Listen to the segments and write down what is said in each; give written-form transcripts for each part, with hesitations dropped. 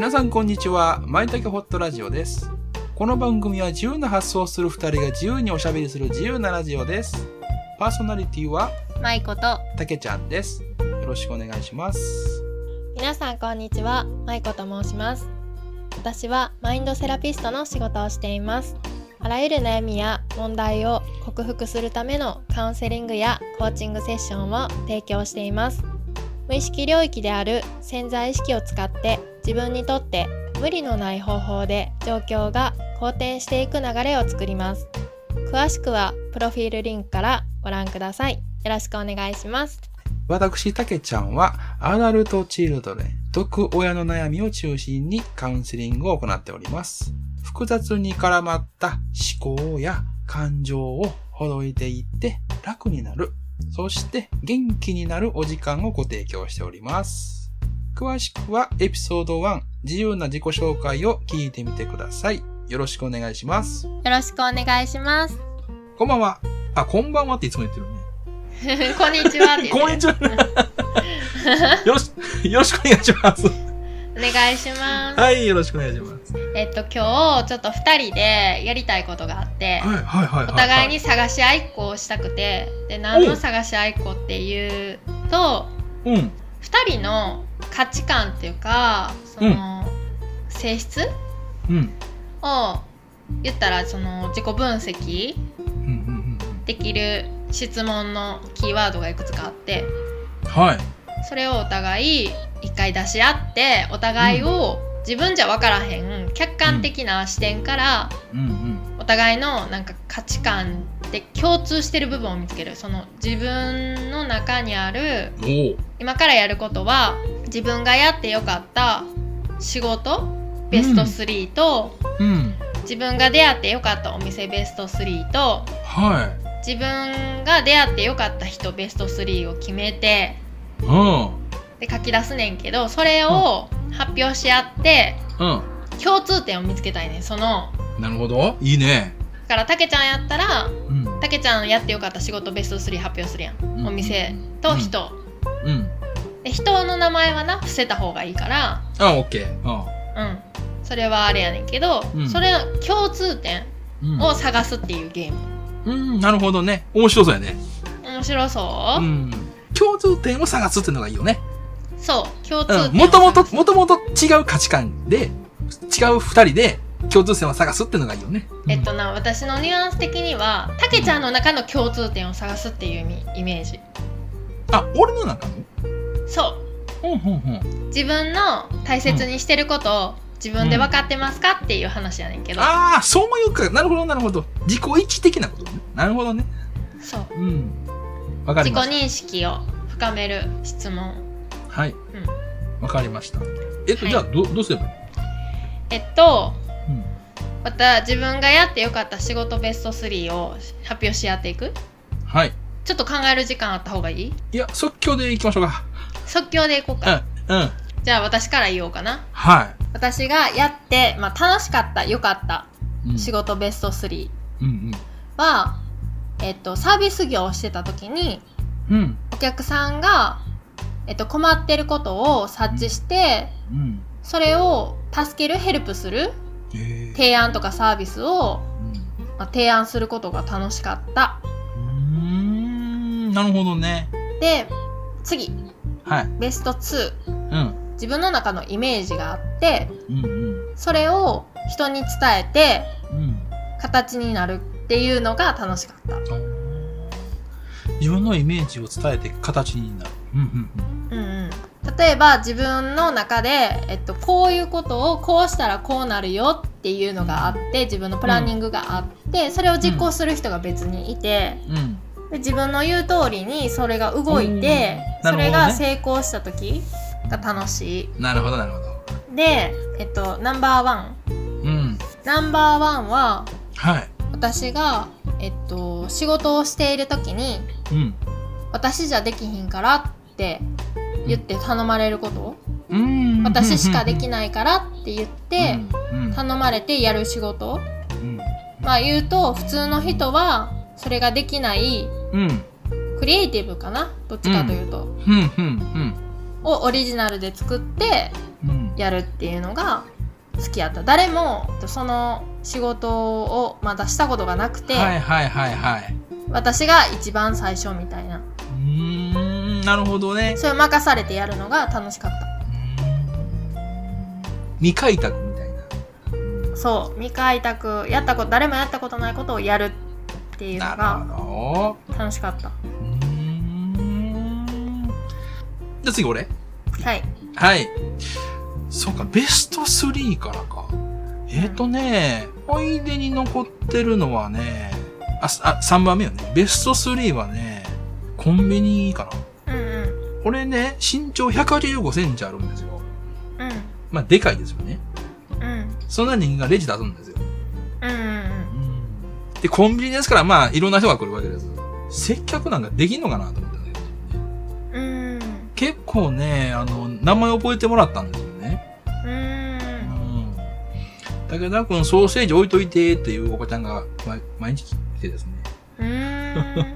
皆さんこんにちは。まいたけホットラジオです。この番組は自由な発想をする二人が自由におしゃべりする自由なラジオです。パーソナリティはまいことたけちゃんです。よろしくお願いします。 皆さんこんにちは。まいこと申します。私はマインドセラピストの仕事をしています。あらゆる悩みや問題を克服するためのカウンセリングやコーチングセッションを提供しています。無意識領域である潜在意識を使って自分にとって無理のない方法で状況が好転していく流れを作ります。詳しくはプロフィールリンクからご覧ください。よろしくお願いします。 私、たけちゃんはアダルトチルドレン、毒親の悩みを中心にカウンセリングを行っております。複雑に絡まった思考や感情をほどいていって楽になる。そして元気になるお時間をご提供しております。詳しくはエピソード1、自由な自己紹介を聞いてみてください。よろしくお願いします。 よろしくお願いします。 こんばんは。あ、こんばんはっていつも言ってるね。 こんにちはって言ってる。 こんにちは。よろしくお願いします。 お願いします。 はい、よろしくお願いします。 今日ちょっと2人でやりたいことがあって、お互いに探し合いっこをしたくて、で、何の探し合いっこっていうと、2人の価値観っていうか、その、性質、を言ったらその自己分析できる質問のキーワードがいくつかあって、それをお互い一回出し合って、お互いを自分じゃ分からへん客観的な視点から、お互いのなんか価値観で共通してる部分を見つける。その自分の中にある今からやることは、自分がやってよかった仕事ベスト3と、自分が出会ってよかったお店ベスト3と、自分が出会ってよかった人ベスト3を決めて、で書き出すねんけど、それを発表し合って、共通点を見つけたいねん。その、 なるほど、いいね。 だからたけちゃんやったら、たけちゃんやってよかった仕事ベスト3発表するやん、お店と人、で人の名前はな伏せた方がいいから、 オッケー、 それはあれやねんけど、それの共通点を探すっていうゲーム。 なるほどね。面白そうやね。 面白そう。 共通点を探すっていうのがいいよね。 そう、共通点。 もともと違う価値観で、違う二人で共通点を探すっていうのがいいよね。 私のニュアンス的には、たけちゃんの中の共通点を探すっていうイメージ。 あ、俺の中の？ そう。自分の大切にしてることを自分で分かってますかっていう話やねんけど。 ああ、そういうか。なるほど、なるほど。自己一致的なことね。なるほどね。 そう。 わかりました。 自己認識を深める質問。 はい。わかりました。じゃあ、どうすればいい？ また自分がやってよかった仕事ベスト3を発表し合っていく？ はい。 ちょっと考える時間あった方がいい？ いや、即興でいきましょうか。 即興でいこうか。じゃあ私から言おうかな。私がやって、楽しかった、よかった仕事ベスト3は、サービス業をしてた時に、お客さんが、困ってることを察知して、それを助ける、ヘルプする提案とかサービスを、提案することが楽しかった。 なるほどね。 で、次、ベスト2、自分の中のイメージがあって、それを人に伝えて、形になるっていうのが楽しかった。 自分のイメージを伝えて形になる。 例えば自分の中で、こういうことをこうしたらこうなるよっていうのがあって、自分のプランニングがあって、それを実行する人が別にいて、で自分の言う通りにそれが動いて、それが成功した時が楽しい。 なるほどなるほど。 で、ナンバーワン。ナンバーワンは、私が、仕事をしている時に、私じゃできひんからって言って頼まれること、私しかできないからって言って頼まれてやる仕事、言うと普通の人はそれができない、クリエイティブかな、どっちかというと、 をオリジナルで作ってやるっていうのが好きやった。誰もその仕事をまだしたことがなくて、 はいはいはいはい。 私が一番最初みたいな。 なるほどね。 それを任されてやるのが楽しかった。 未開拓みたいな。 そう、未開拓、誰もやったことないことをやるっていうのが楽しかった。 じゃあ次俺。 はい。 はい。そうか、ベスト3からか。思い出に残ってるのはね、3番目よね。ベスト3はね、コンビニかな。俺ね、身長185センチあるんですよ。まあ、でかいですよね。そんな人間がレジ出すんですよ。で、コンビニですから、まあ、いろんな人が来るわけです。接客なんかできんのかなと思ったんだけどね。結構ね、名前覚えてもらったんですよね。武田君ソーセージ置いといてっていうおばちゃんが毎日来てですね。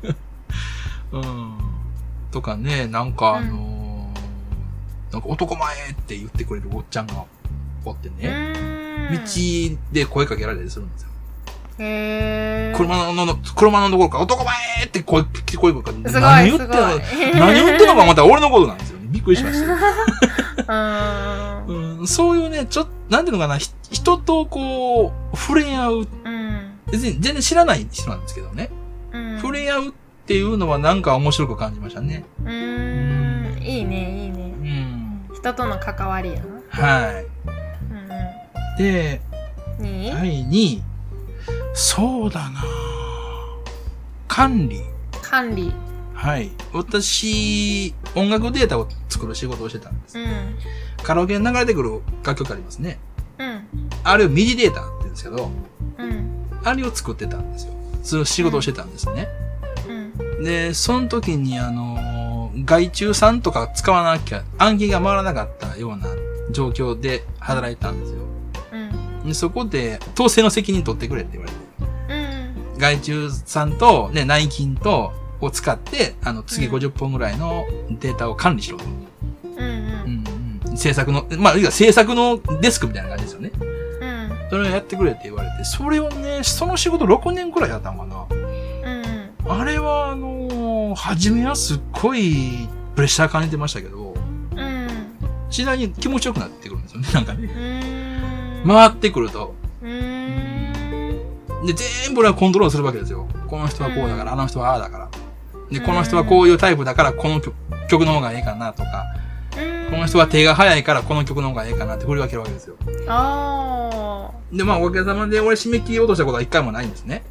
とかね、なんかなんか男前って言ってくれるおっちゃんがおってね。道で声かけられたりするんですよ。車のところから男前って声聞こえるから、何言ってんのかまた俺のことなんですよね。びっくりしました。そういうね、なんていうのかな、人とこう、触れ合う。全然知らない人なんですけどね。触れ合うっていうのはなんか面白く感じましたね。 いいね、いいね。人との関わりやな。 はい。で、第2位。そうだな管理。はい。私、音楽データを作る仕事をしてたんです。カラオケに流れてくる楽曲ありますね。あれをミディデータって言うんですけど、あれを作ってたんですよ。その仕事をしてたんですね。で、その時に外注さんとか使わなきゃ暗記が回らなかったような状況で働いたんですよ。でそこで、統制の責任取ってくれって言われて。外注さんと、ね、内勤と、を使って、次50本ぐらいのデータを管理しろと。制作の、まあ、制作のデスクみたいな感じですよね。それをやってくれって言われて、それをね、その仕事6年くらいやったのかな。あれは、初めはすっごいプレッシャー感じてましたけど、次第に気持ちよくなってくるんですよね、なんかね。回ってくると。で、全部俺はコントロールするわけですよ。この人はこうだから、あの人はああだから。で、この人はこういうタイプだから、この曲の方がええかなとか、この人は手が早いから、この曲の方がええかなって振り分けるわけですよ。で、まあ、おかげさまで俺締め切り落としたことは一回もないんですね。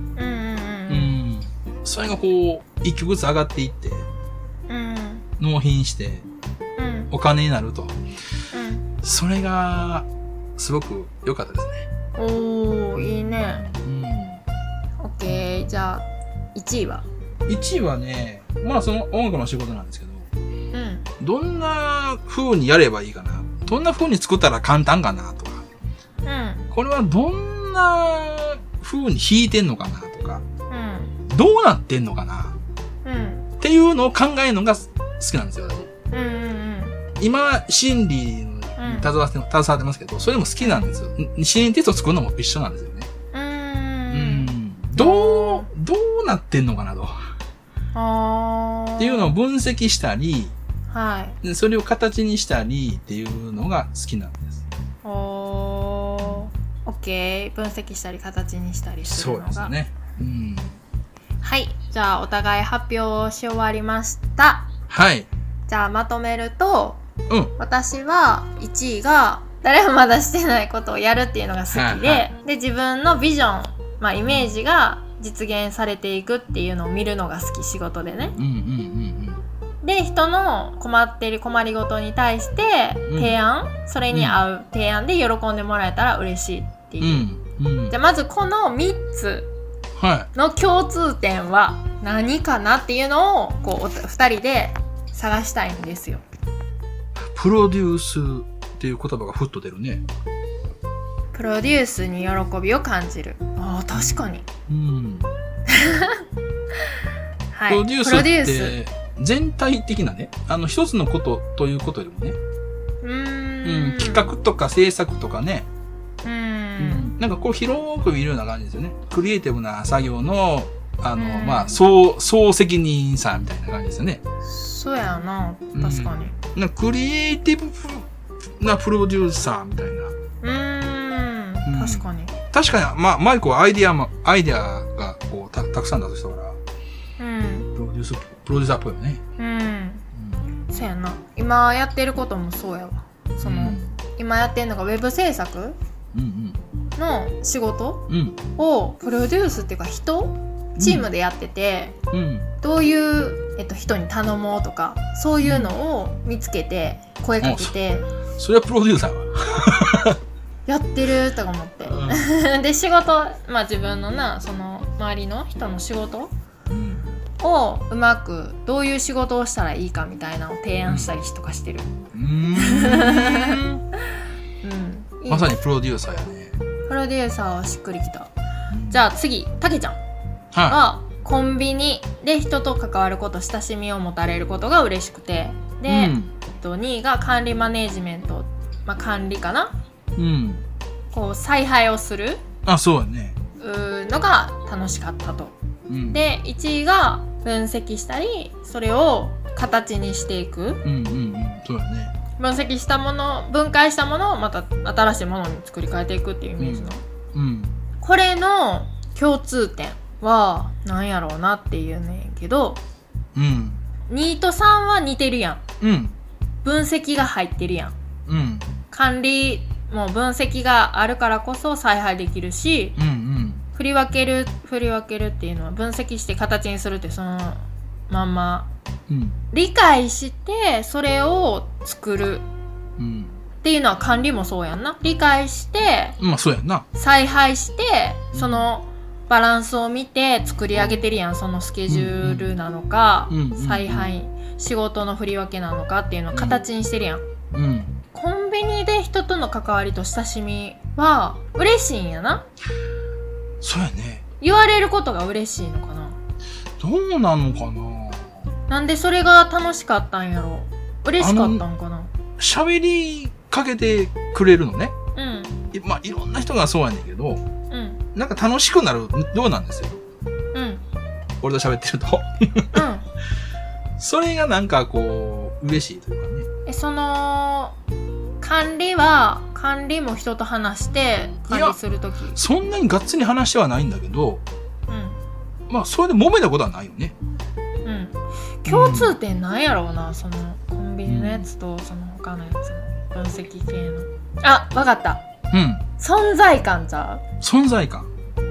それがこう、一曲ずつ上がっていって、納品して、お金になると。それが、すごく良かったですね。 いいね。オッケー。じゃあ、1位は ?1 位はね、まあその音楽の仕事なんですけど、どんな風にやればいいかな。どんな風に作ったら簡単かなとか。これはどんな風に弾いてんのかなとか。どうなってんのかな、っていうのを考えるのが好きなんですよ、私。今、心理に携わってますけど、それも好きなんですよ。心理テスト作るのも一緒なんですよね。どうなってんのかなと。っていうのを分析したり、それを形にしたりっていうのが好きなんです。 オッケー。分析したり形にしたりするのが。 そうですね。 はい。じゃあ、お互い発表し終わりました。 はい。 じゃあ、まとめると、私は1位が、誰もまだしてないことをやるっていうのが好きで、で、自分のビジョン、まあ、イメージが実現されていくっていうのを見るのが好き、仕事でね。で、人の困りごとに対して提案、それに合う提案で喜んでもらえたら嬉しいっていう。じゃあ、まずこの3つの共通点は何かなっていうのをこう2人で探したいんですよ。 プロデュースっていう言葉がふっと出るね。 プロデュースに喜びを感じる。ああ、確かに。 はい、プロデュースって全体的なね、一つのことということよりもね。企画とか制作とかね。なんかこう広く見るような感じですよね。クリエイティブな作業の、まあ、総責任さみたいな感じですよね。 そうやな、確かに。 なんかクリエイティブなプロデューサーみたいな。 確かに。 確かに、まあ、マイクはアイデアがこうたくさんだとしたから、プロデューサーっぽいよね。 そうやな。今やってることもそうやわ。今やってるのがウェブ制作の仕事をプロデュースっていうかチームでやってて、どういう、人に頼もうとかそういうのを見つけて声かけて、 それはプロデューサーはやってるとか思って、で仕事、まあ自分のその周りの人の仕事をうまくどういう仕事をしたらいいかみたいなのを提案したりとかしてる。 まさにプロデューサーやね。 プロデューサーはしっくりきた。じゃあ次、たけちゃんはコンビニで人と関わること、親しみを持たれることが嬉しくて、で、2位が管理マネージメント、まあ管理かな。こう采配をする。 そうやね。 のが楽しかったと。で、1位が分析したり、それを形にしていく。 そうやね。 分析したもの、分解したものをまた新しいものに作り変えていくっていうイメージの。これの共通点は何やろうなっていうねんけど、2と3は似てるやん。分析が入ってるやん。管理も分析があるからこそ采配できるし、振り分けるっていうのは分析して形にするってそのまんま、理解してそれを作るっていうのは管理もそうやんな。理解してそうやんな。 采配してそのバランスを見て作り上げてるやん。そのスケジュールなのか、采配、仕事の振り分けなのかっていうのを形にしてるやん。コンビニで人との関わりと親しみは嬉しいんやな。 そうやね。 言われることが嬉しいのかな。 どうなのかな。 なんでそれが楽しかったんやろ。嬉しかったんかな。 喋りかけてくれるのね。まあいろんな人がそうやねんけど、なんか楽しくなるようなんですよ。俺と喋ってると。それがなんかこう嬉しいというかね。 その管理も人と話して管理するとき、 そんなにがっつり話はないんだけど、まあそれで揉めたことはないよね。 共通点なんやろうな、そのコンビニのやつとその他のやつの分析系の。わかった。存在感じゃう？ 存在感。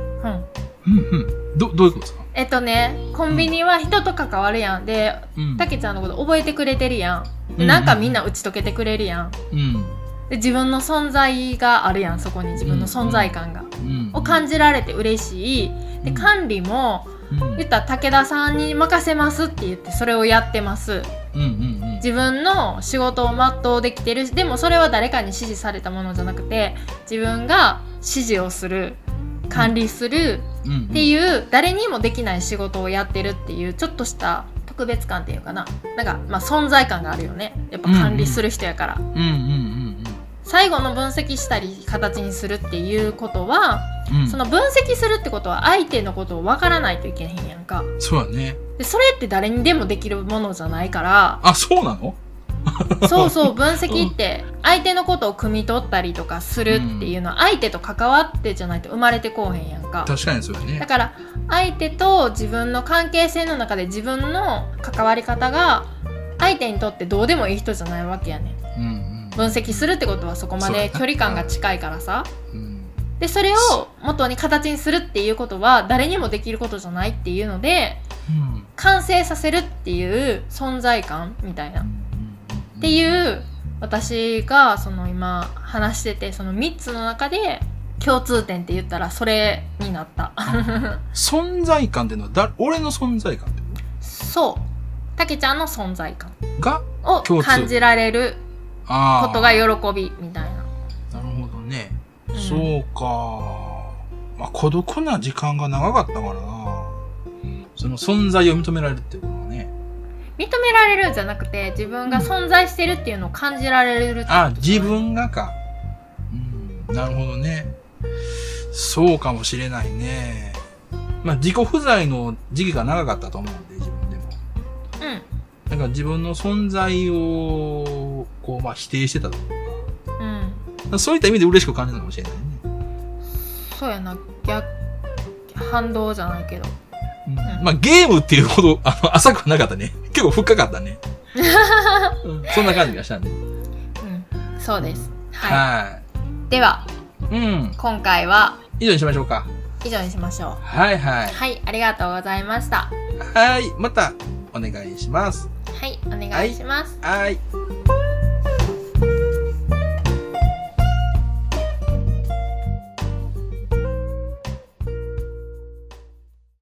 どういうことですか？ コンビニは人と関わるやん。で、たけちゃんのこと覚えてくれてるやん。で、なんかみんな打ち解けてくれるやん。で、自分の存在があるやん、そこに自分の存在感が。を感じられて嬉しい。で、管理も、言ったら武田さんに任せますって言ってそれをやってます。自分の仕事を全うできてる。でもそれは誰かに指示されたものじゃなくて、自分が指示をする。管理するっていう誰にもできない仕事をやってるっていうちょっとした特別感っていうかな、なんかまあ存在感があるよね。やっぱ管理する人やから。最後の分析したり形にするっていうことは、その分析するってことは相手のことを分からないといけへんやんか。 そうだね。 でそれって誰にでもできるものじゃないから。 そうなの？ そうそう、分析って相手のことを汲み取ったりとかするっていうのは相手と関わってじゃないと生まれてこうへんやんか。 確かにそうやね。 だから相手と自分の関係性の中で自分の関わり方が相手にとってどうでもいい人じゃないわけやねん。分析するってことはそこまで距離感が近いからさ。でそれを元に形にするっていうことは誰にもできることじゃないっていうので、完成させるっていう存在感みたいな。っていう私がその今話しててその3つの中で共通点って言ったらそれになった。 存在感っていうのは俺の存在感ってこと？ そう。たけちゃんの存在感がを感じられることが喜びみたいな。 なるほどね。そうか。まあ孤独な時間が長かったからな。その存在を認められるっていうことはね。 認められるんじゃなくて、自分が存在してるっていうのを感じられるってこと。 あ、自分がか。なるほどね。そうかもしれないね。まあ、自己不在の時期が長かったと思うんで、自分でも。なんか自分の存在を、こう、まあ、否定してたとか。そういった意味で嬉しく感じたかもしれないね。 そうやな。反動じゃないけど。 まあ、ゲームっていうほど、浅くはなかったね。結構深かったね。そんな感じがしたね。 そうです。はい。では、今回は、 以上にしましょうか。 以上にしましょう。 はいはい。 はい、ありがとうございました。 はい、またお願いします。 はい、お願いします。 はい。